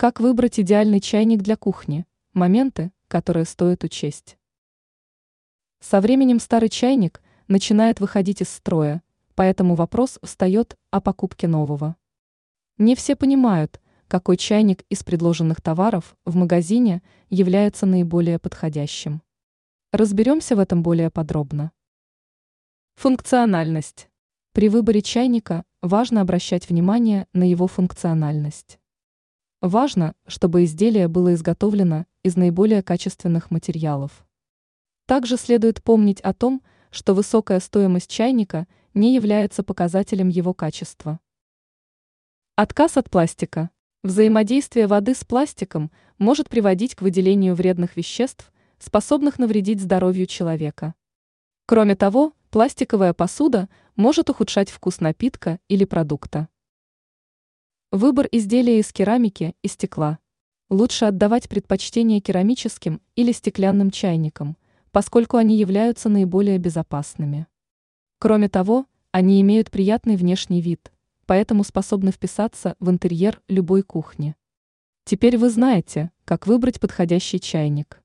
Как выбрать идеальный чайник для кухни? Моменты, которые стоит учесть. Со временем старый чайник начинает выходить из строя, поэтому вопрос встает о покупке нового. Не все понимают, какой чайник из предложенных товаров в магазине является наиболее подходящим. Разберемся в этом более подробно. Функциональность. При выборе чайника важно обращать внимание на его функциональность. Важно, чтобы изделие было изготовлено из наиболее качественных материалов. Также следует помнить о том, что высокая стоимость чайника не является показателем его качества. Отказ от пластика. Взаимодействие воды с пластиком может приводить к выделению вредных веществ, способных навредить здоровью человека. Кроме того, пластиковая посуда может ухудшать вкус напитка или продукта. Выбор изделия из керамики и стекла. Лучше отдавать предпочтение керамическим или стеклянным чайникам, поскольку они являются наиболее безопасными. Кроме того, они имеют приятный внешний вид, поэтому способны вписаться в интерьер любой кухни. Теперь вы знаете, как выбрать подходящий чайник.